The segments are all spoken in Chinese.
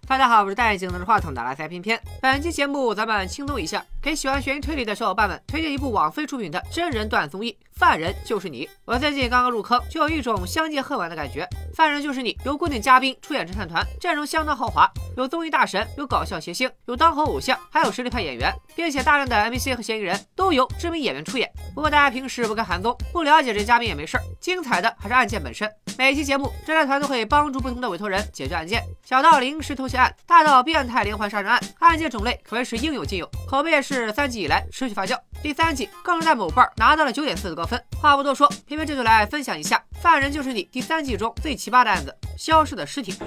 大家好，我是戴眼镜拿着话筒的来塞偏偏。本期节目咱们轻松一下，给喜欢悬疑推理的小伙伴们推荐一部网飞出品的真人段综艺《犯人就是你》。我最近刚刚入坑，就有一种相见恨晚的感觉。《犯人就是你》由固定嘉宾出演侦探团，阵容相当豪华，有综艺大神，有搞笑谐星，有当红偶像，还有实力派演员，并且大量的 NPC 和嫌疑人都由知名演员出演。不过大家平时不看韩综，不了解这嘉宾也没事儿，精彩的还是案件本身。每期节目，侦探团都会帮助不同的委托人解决案件，小到临时偷窃案，大到变态连环杀人案，案件种类可谓是应有尽有，口碑也是3季以来持续发酵。第3季更是在某瓣拿到了9.4的高分。话不多说，偏偏这就来分享一下《犯人就是你》第3季中最奇葩的案子——消失的尸体。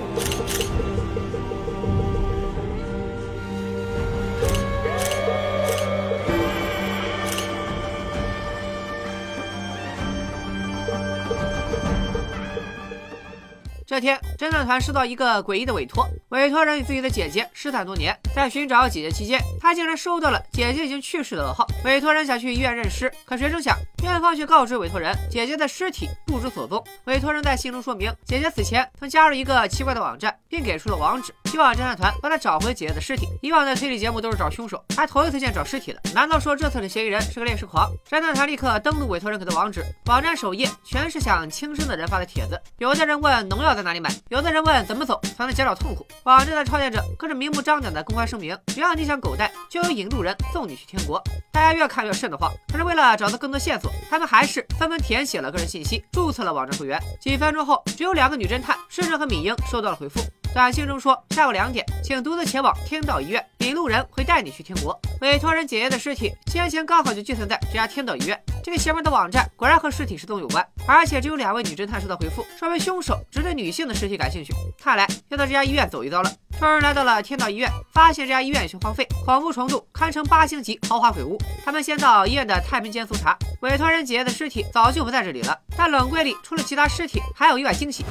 这天，侦探团收到一个诡异的委托，委托人与自己的姐姐失散多年，在寻找姐姐期间，他竟然收到了姐姐已经去世的噩耗。委托人想去医院认尸，可谁成想，院方却告知委托人，姐姐的尸体不知所踪。委托人在信中说明，姐姐死前曾加入一个奇怪的网站，并给出了网址，希望侦探团帮他找回姐姐的尸体。以往的推理节目都是找凶手，还头一次见找尸体的，难道说这次的嫌疑人是个猎尸狂？侦探团立刻登录委托人给的网址，网站首页全是想轻生的人发的帖子，有的人问农药在哪里买，有的人问怎么走才能减少痛苦。网站的创建者更是明目张胆的公开声明，只要你想狗带，就有引路人送你去天国。大家越看越瘆得慌，可是为了找到更多线索，他们还是纷纷填写了个人信息，注册了网站会员。几分钟后，只有2个女侦探诗诗和敏英收到了回复。短信中说，下午2点，请独自前往天道医院，引路人会带你去天国。委托人姐姐的尸体先前刚好就寄存在这家天道医院，这个邪门的网站果然和尸体失踪有关，而且只有2位女侦探收到回复，说明凶手只对女性的尸体感兴趣。看来要到这家医院走一遭了。众人来到了天道医院，发现这家医院已经荒废，恐怖程度堪称8星级豪华鬼屋。他们先到医院的太平间搜查，委托人姐姐的尸体早就不在这里了，但冷柜里除了其他尸体，还有意外惊喜。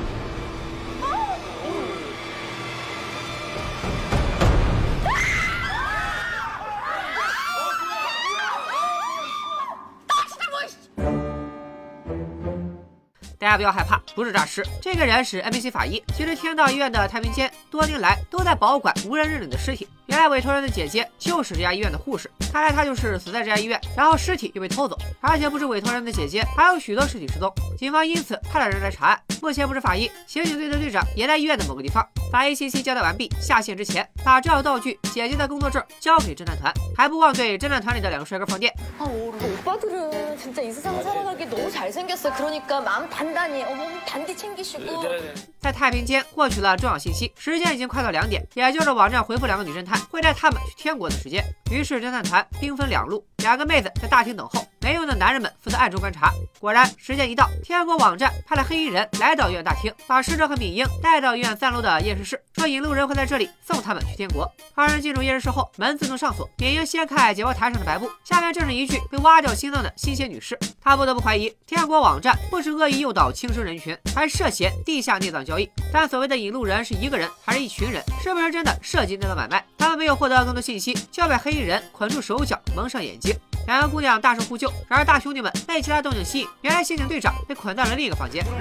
大家不要害怕，不是诈尸，这个人是 NPC 法医。其实天道医院的太平间多年来都在保管无人认领的尸体。原来委托人的姐姐就是这家医院的护士，看来她就是死在这家医院，然后尸体又被偷走。而且不止委托人的姐姐，还有许多尸体失踪。警方因此派了人来查案。目前不是法医，刑警队的队长也在医院的某个地方。法医信息交代完毕，下线之前把重要道具姐姐的工作证交给侦探团，还不忘对侦探团里的2个帅哥放电。 오빠들은 진짜 이 세상 살아가기 너무 잘생겼어. 그러니까 마음 단단히 단디 챙기시고. 在太平间获取了重要信息，时间已经快到2点，也就是网站回复2个女侦探会带他们去天国的时间。于是侦探团兵分2路，2个妹子在大厅等候，没用的男人们负责暗中观察。果然，时间一到，天国网站派了黑衣人来到医院大厅，把逝者和敏英带到医院3楼的验尸室，说引路人会在这里送他们去天国。2人进入验尸室后，门自动上锁，敏英掀开解剖台上的白布，下面正是一具被挖掉心脏的新鲜女尸。他不得不怀疑，天国网站不止恶意诱导轻生人群，还涉嫌地下内脏交易。但所谓的引路人是1个人还是一群人，是不是真的涉及内脏买卖？他们没有获得更多信息，就要被黑衣人捆住手脚，蒙上眼睛。2个姑娘大声呼救，然而大兄弟们被其他动静吸引，原来刑警队长被捆到了另一个房间。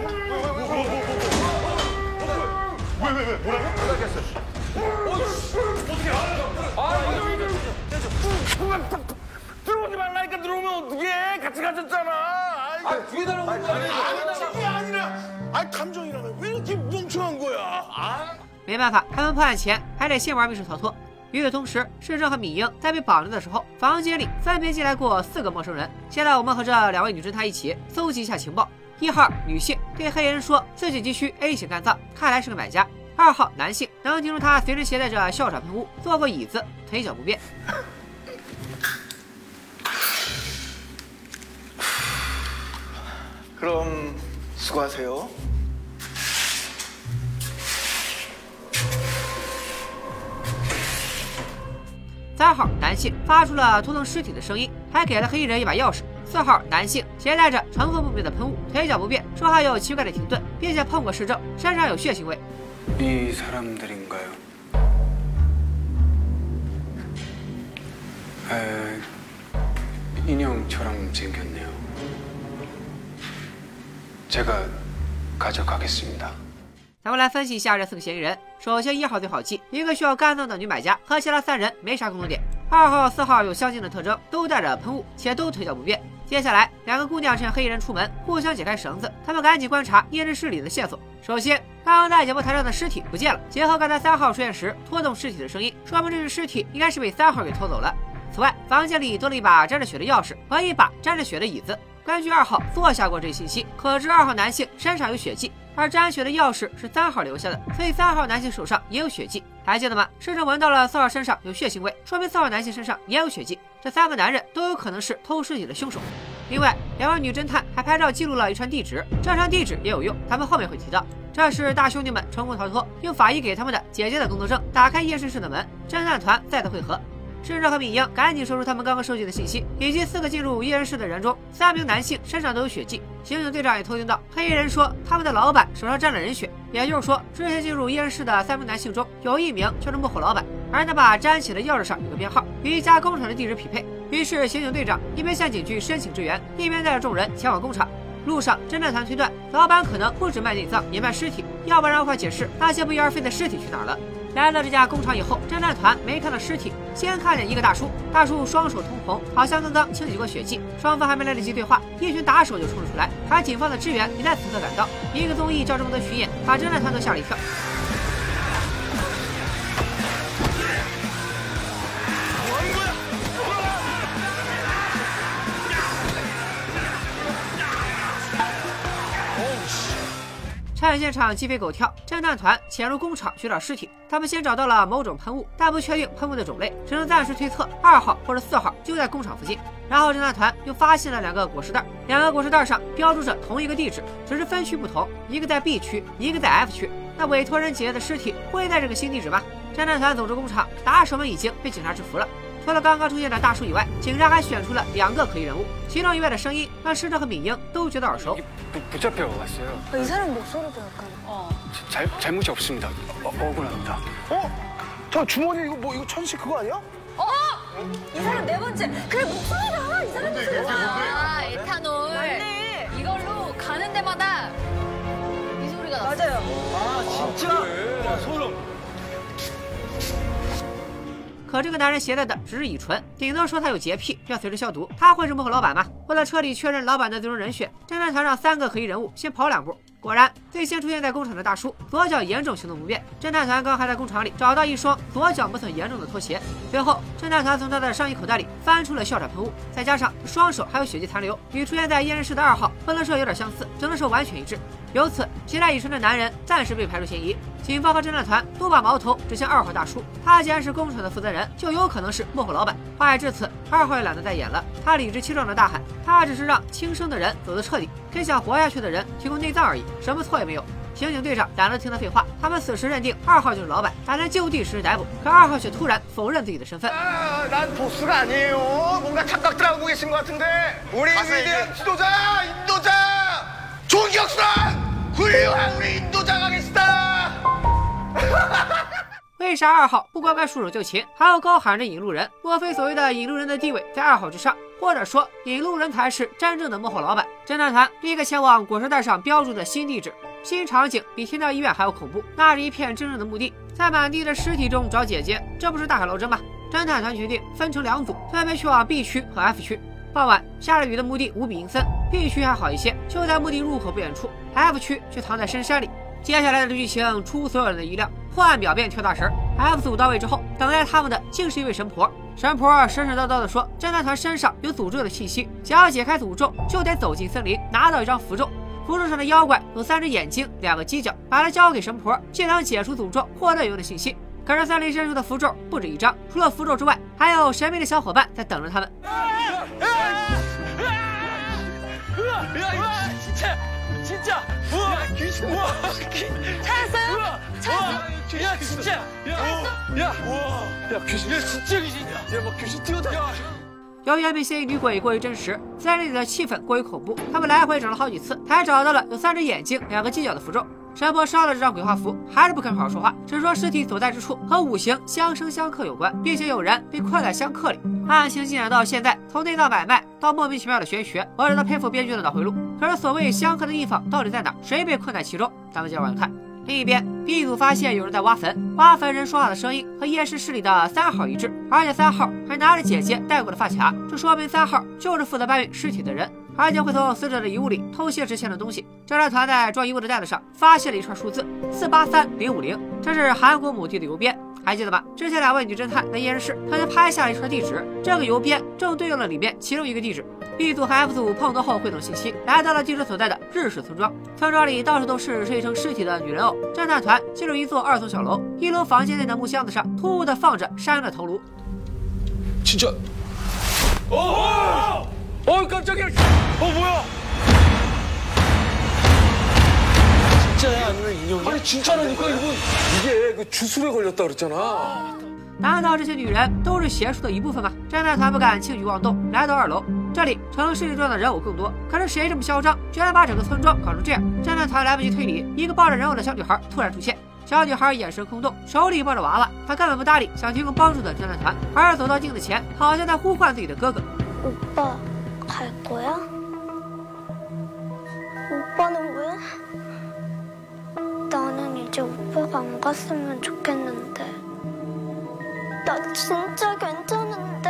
들어오지 말라니까 들어오면 어떡해? 같이 가셨잖아. 뒤에 달라고 거 아니야? 그게 아니라, 감정이라면 왜 이렇게 멍청한 거야? 没办法，他们破案前还得先玩密室逃脱。与此同时，世正和敏英在被绑着的时候，房间里分别进来过4个陌生人。现在我们和这2位女侦探一起搜集一下情报。1号女性对黑人说自己急需 A 型肝脏，看来是个买家。2号男性能听出他随身携带着哮喘喷雾，坐过椅子，腿脚不便。 그럼 수고하세요. 3号男性发出了拖动尸体的声音，还给了黑衣人一把钥匙。4号男性携带着成分不明的喷雾，腿脚不便，说话有奇怪的停顿，并且碰过尸证，身上有血腥味。 이 사람들인가요? 인형처럼 생겼네요. 제가 가져가겠습니다. 咱们来分析一下这4个嫌疑人。首先1号最好记，一个需要肝脏的女买家，和其他3人没啥共同点。2号、4号有相近的特征，都带着喷雾，且都腿脚不便。接下来2个姑娘趁黑衣人出门，互相解开绳子，她们赶紧观察验尸室里的线索。首先，刚刚在解剖台上的尸体不见了，结合刚才3号出现时拖动尸体的声音，说明这具尸体应该是被3号给拖走了。此外，房间里多了一把沾着血的钥匙和一把沾着血的椅子。根据2号做下过这信息，可知2号男性身上有血迹，而沾血的钥匙是3号留下的，所以3号男性手上也有血迹。还记得吗？甚至闻到了4号身上有血腥味，说明4号男性身上也有血迹。这3个男人都有可能是偷尸体的凶手。另外，2位女侦探还拍照记录了一串地址，这串地址也有用，他们后面会提到。这是大兄弟们成功逃脱，用法医给他们的姐姐的工作证打开验尸室的门，侦探团再次会合。智者和敏英赶紧说出他们刚刚收集的信息，以及4个进入验尸室的人中，3名男性身上都有血迹。刑警队长也偷听到黑衣人说他们的老板手上沾了人血，也就是说，之前进入验尸室的3名男性中有1名就是幕后老板，而那把沾血的钥匙上有个编号，与一家工厂的地址匹配。于是刑警队长一边向警局申请支援，一边带着众人前往工厂。路上，侦探团推断老板可能不止卖内脏，也卖尸体，要不然无法解释那些不翼而飞的尸体去哪儿了。来到这家工厂以后，侦探团没看到尸体，先看见一个大叔，大叔双手通红，好像刚刚清洗过血迹。双方还没来得及对话，一群打手就冲了出来，而警方的支援也在此刻赶到。一个综艺叫这么多巡演，把侦探团都吓了一跳。趁现场鸡飞狗跳，侦探团潜入工厂寻找尸体。他们先找到了某种喷雾，但不确定喷雾的种类，只能暂时推测2号或者4号就在工厂附近。然后侦探团又发现了2个裹尸袋，2个裹尸袋上标注着同一个地址，只是分区不同，一个在 B 区，一个在 F 区。那委托人姐姐的尸体会在这个新地址吗？侦探团走出工厂，打手们已经被警察制服了。除了刚刚出现的大叔以外，警察还选出了2个可疑人物，其中1位的声音让逝者和敏英都觉得耳熟。 이 사람 목소리도 약간. 잘못이 없습니다. 억울합니다. 저 주머니 이거 천식 그거 아니야? 이 사람 4번째. 그래 목소리가 이 사람 목소리잖아. 에탄올. 맞네. 이걸로 가는 데마다 이 소리가 나. 맞아요. 아 진짜? 와 소름. 可这个男人携带的只是乙醇，顶多说他有洁癖，要随时消毒。他会是幕后老板吗？为了彻底确认老板的最终人选，侦探团让3个可疑人物先跑2步。果然，最先出现在工厂的大叔左脚严重行动不便。侦探团刚还在工厂里找到一双左脚磨损严重的拖鞋。随后，侦探团从他的上衣口袋里翻出了哮喘喷雾，再加上双手还有血迹残留，与出现在验尸室的2号不能说有点相似，只能说完全一致。由此，携带乙醇的男人暂时被排除嫌疑。警方和侦探团都把矛头指向2号大叔，他既然是工厂的负责人，就有可能是幕后老板。话已至此，2号也懒得再演了，他理直气壮的大喊：“他只是让轻生的人走得彻底，给想活下去的人提供内脏而已，什么错也没有。”刑警队长懒得听他废话，他们此时认定2号就是老板，打算就地实施逮捕。可2号却突然否认自己的身份。 난 보스가 아니에요. 뭔가 착각들 하고 계신 것 같은데. 우리 위대한 지도자, 인도자, 존경스러운 훌륭한 우리 인도자가 계시다. 为啥2号不乖乖束手就擒，还要高喊着引路人？莫非所谓的引路人的地位在2号之上？或者说，引路人才是真正的幕后老板？侦探团立刻前往裹尸袋上标注的新地址。新场景比天道医院还要恐怖，那是一片真正的墓地，在满地的尸体中找姐姐，这不是大海捞针吗？侦探团决定分成2组，分别去往 B 区和 F 区。傍晚，下着雨的墓地无比阴森 ，B 区还好一些，就在墓地入口不远处 ；F 区却藏在深山里。接下来的剧情出乎所有人的意料，破案表变跳大神。F 组到位之后，等待他们的竟是一位神婆。神婆神神叨叨地说，侦探团身上有诅咒的气息，想要解开诅咒，就得走进森林，拿到一张符咒。符咒上的妖怪有3只眼睛、2个犄角，把它交给神婆，就能解除诅咒，获得有用的信息。可是森林深处的符咒不止1张，除了符咒之外，还有神秘的小伙伴在等着他们。 진짜 우와 귀신 우와 찾았어요? 찾았어? 야 진짜 야 귀신 야 진짜 귀신이야 야 막 귀신 뛰어다녀 由于被嫌疑女鬼过于真实，森林里的气氛过于恐怖，他们来回找了好几次，才找到了有3只眼睛、2个犄角的符咒。神婆烧了这张鬼画符，还是不肯好好说话，只说尸体所在之处和5行相生相克有关，并且有人被困在相克里。案情进展到现在，从内脏买卖到莫名其妙的玄学，我只能佩服编剧的脑回路。可是所谓相克的地方到底在哪？谁被困在其中？咱们接着往下看。 另一边 B 组发现有人在挖坟，挖坟人说话的声音和夜视室里的3号一致，而且3号还拿着姐姐戴过的发卡，这说明3号就是负责搬运尸体的人，而且会从死者的遗物里偷窃值钱的东西。侦查团在装遗物的袋子上发现了一串数字483050，这是韩国某地的邮编。还记得吧？之前2位女侦探在验尸室曾经拍下了一串地址，这个邮编正对应了里面其中一个地址。B 组和 F 组碰头后汇总信息，来到了地址所在的日式村庄。村庄里到处都是睡成尸体的女人偶。侦探团进入一座2层小楼，1楼房间内的木箱子上突兀地放着山羊的头颅。 진짜. 깜짝이야. 뭐야? 진짜야 아니면 인형이야? 아니 진짜라니까 이분 이게 그 주술에 걸렸다 그랬잖아. 难道这些女人都是邪术的一部分吗？侦探团不敢轻举妄动，来到2楼，这里城市里状的人偶更多。可是谁这么嚣张，居然把整个村庄搞成这样？侦探团来不及推理，一个抱着人偶的小女孩突然出现。小女孩眼神空洞，手里抱着娃娃，她根本不搭理想提供帮助的侦探团，而是走到镜子前，好像在呼唤自己的哥哥。 오빠 갈 거야? 오빠는 왜? 나는 이제 오빠가 안 갔으면 좋겠는데. 나 진짜 괜찮은데?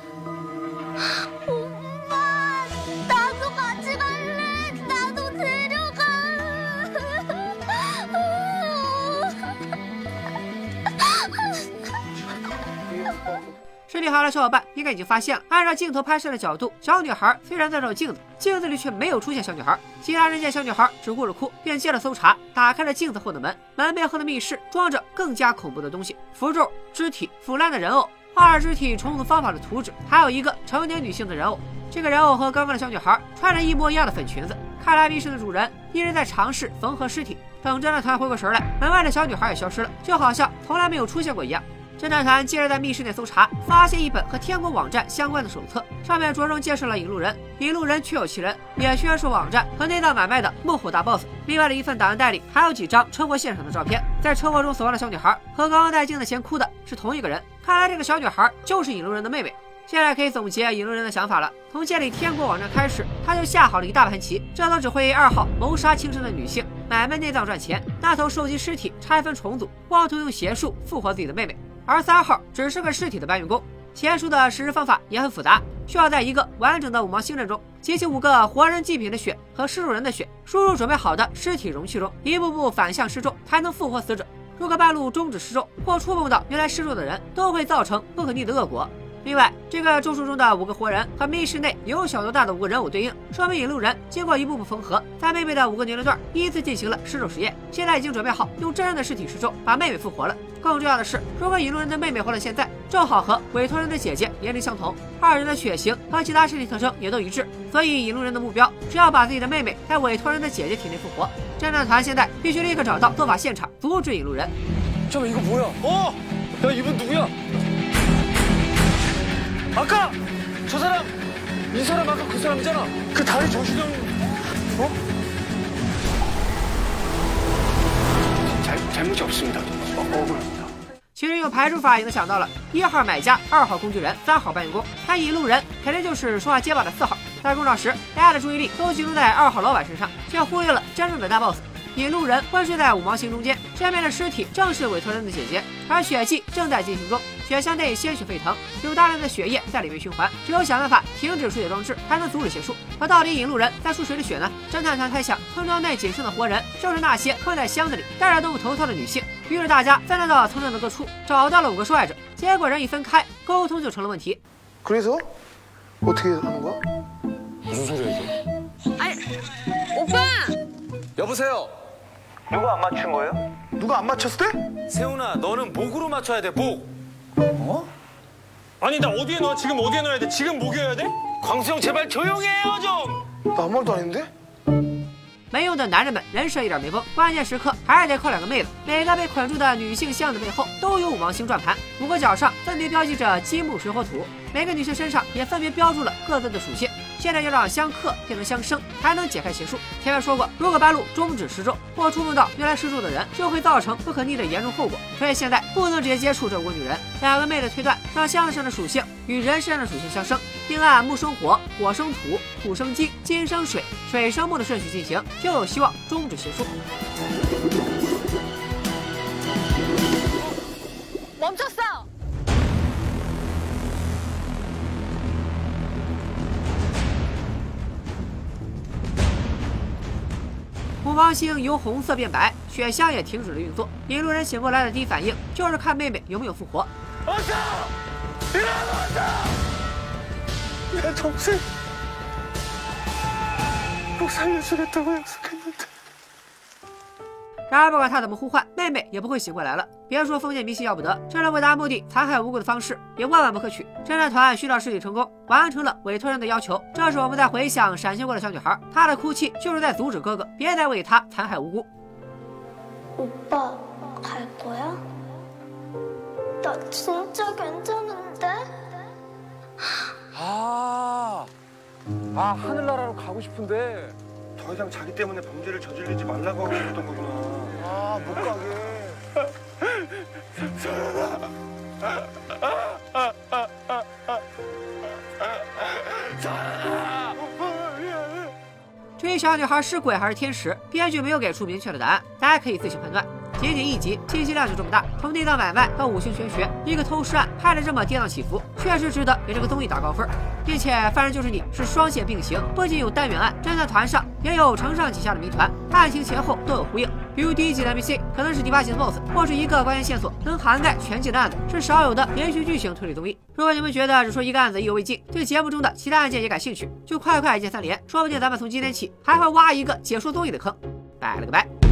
오빠, 나도 같이 갈래. 나도 데려가. 视力好的小伙伴应该已经发现了，按照镜头拍摄的角度，小女孩虽然在照镜子，镜子里却没有出现小女孩。其他人见小女孩只顾着哭，便接着搜查，打开了镜子后的门。门背后的密室装着更加恐怖的东西：符咒、肢体、腐烂的人偶、画着肢体重组方法的图纸，还有一个成年女性的人偶。这个人偶和刚刚的小女孩穿着一模一样的粉裙子，看来密室的主人一直在尝试缝合尸体。等侦探团回过神来，门外的小女孩也消失了，就好像从来没有出现过一样。 侦探团接着在密室内搜查，发现一本和天国网站相关的手册，上面着重介绍了引路人。引路人确有其人，也确是网站和内脏买卖的幕后大 boss。另外的一份档案袋里还有几张车祸现场的照片，在车祸中死亡的小女孩和刚刚在镜子前哭的是同一个人，看来这个小女孩就是引路人的妹妹。现在可以总结引路人的想法了。从建立天国网站开始，他就下好了一大盘棋，这头只会2号谋杀轻生的女性，买卖内脏赚钱；那头收集尸体拆分重组，妄图用邪术复活自己的妹妹。 而3号只是个尸体的搬运工，邪术的实施方法也很复杂，需要在一个完整的5芒星阵中集齐5个活人祭品的血和施主人的血，输入准备好的尸体容器中，一步步反向施咒，才能复活死者。如果半路终止施咒或触碰到原来施咒的人，都会造成不可逆的恶果。 另外，这个咒术中的5个活人和密室内由小到大的5个人偶对应，说明引路人经过一步步缝合，在妹妹的5个年龄段依次进行了施咒实验，现在已经准备好用真人的尸体施咒把妹妹复活了。更重要的是，如果引路人的妹妹活到现在，正好和委托人的姐姐年龄相同，2人的血型和其他身体特征也都一致，所以引路人的目标只要把自己的妹妹在委托人的姐姐体内复活。侦探团现在必须立刻找到做法现场，阻止引路人。 잠깐 이거 뭐야? 야 이분 누구야? 아까 저 사람 이 사람 아까 그 사람이잖아. 그 다리 저시경 잘못이 없습니다. 억울합니다. 其实用排除法也能想到了，1号买家、2号工具人、3号搬运工，但引路人肯定就是说话结巴的4号。在公照时，大家的注意力都集中在2号老板身上，却忽略了真正的大 boss。 引路人昏睡在5芒星中间，身边的尸体正是委托人的姐姐，而血迹正在进行中，血箱内鲜血沸腾，有大量的血液在里面循环，只有想办法停止输血装置，才能阻止邪术。可到底引路人在输谁的血呢？侦探团猜想，村庄内仅剩的活人就是那些困在箱子里戴着动物头套的女性。于是大家在那道村庄的各处找到了5个受害者，结果人一分开，沟通就成了问题。 그래서 어떻게 하는 거야? 무슨 소리야 이게? 아니, 오빠! 여보세요. 누가 안 맞춘 거예요? 누가 안 맞췄을 때? 세훈아, 너는 목으로 맞춰야 돼, 목. 어? 아니, 나 어디에 넣어? 지금 어디에 넣어야 돼? 지금 목이어야 돼? 광수형, 제발 조용히 해요, 좀! 나 아무 말도 안 했는데? 没用的男人们人设一点没崩，关键时刻还是得靠2个妹子。每个被捆住的女性像的背后都有5芒星转盘，5个角上分别标记着金木水火土，每个女性身上也分别标注了各自的属性。现在要让相克变成相生，才能解开邪术。前面说过，如果半路终止施咒或触碰到原来施咒的人，就会造成不可逆的严重后果。所以现在不能直接接触这5个女人。2个妹子推断，让箱子上的属性与人身上的属性相生，并按木生火、火生土、土生金、金生水、水生木的顺序进行，就有希望终止邪术。 멈췄어. 红方星由红色变白，血箱也停止了运作。引路人醒过来的第一反应就是看妹妹有没有复活。 내 동생 꼭 살려주겠다고 약속했는데. 然而不管他怎么呼唤，妹妹也不会醒过来了。别说封建迷信要不得，这种为达目的残害无辜的方式也万万不可取。侦探团寻找尸体成功，完成了委托人的要求。这时我们在回想闪现过的小女孩，她的哭泣就是在阻止哥哥别再为她残害无辜。 오빠 갈 거야? 나 진짜 괜찮은데? 하늘나라로 가고 싶은데 더 이상 자기 때문에 범죄를 저지르지 말라고 하고 싶었던 거구나. 아, 못 가게. 至于小女孩是鬼还是天使，编剧没有给出明确的答案，大家可以自行判断。仅仅一集，信息量就这么大，从内脏买卖到五行玄学，一个偷尸案拍得这么跌宕起伏，确实值得给这个综艺打高分。并且《犯人就是你》是双线并行，不仅有单元案，侦探团上也有承上启下的谜团，案情前后都有呼应。比如第一集的 NPC 可能是第8集的 BOSS， 或是一个关键线索能涵盖全集的案子，是少有的连续剧情推理综艺。如果你们觉得只说一个案子意犹未尽，对节目中的其他案件也感兴趣，就快一键3连，说不定咱们从今天起还会挖一个解说综艺的坑。拜了个拜。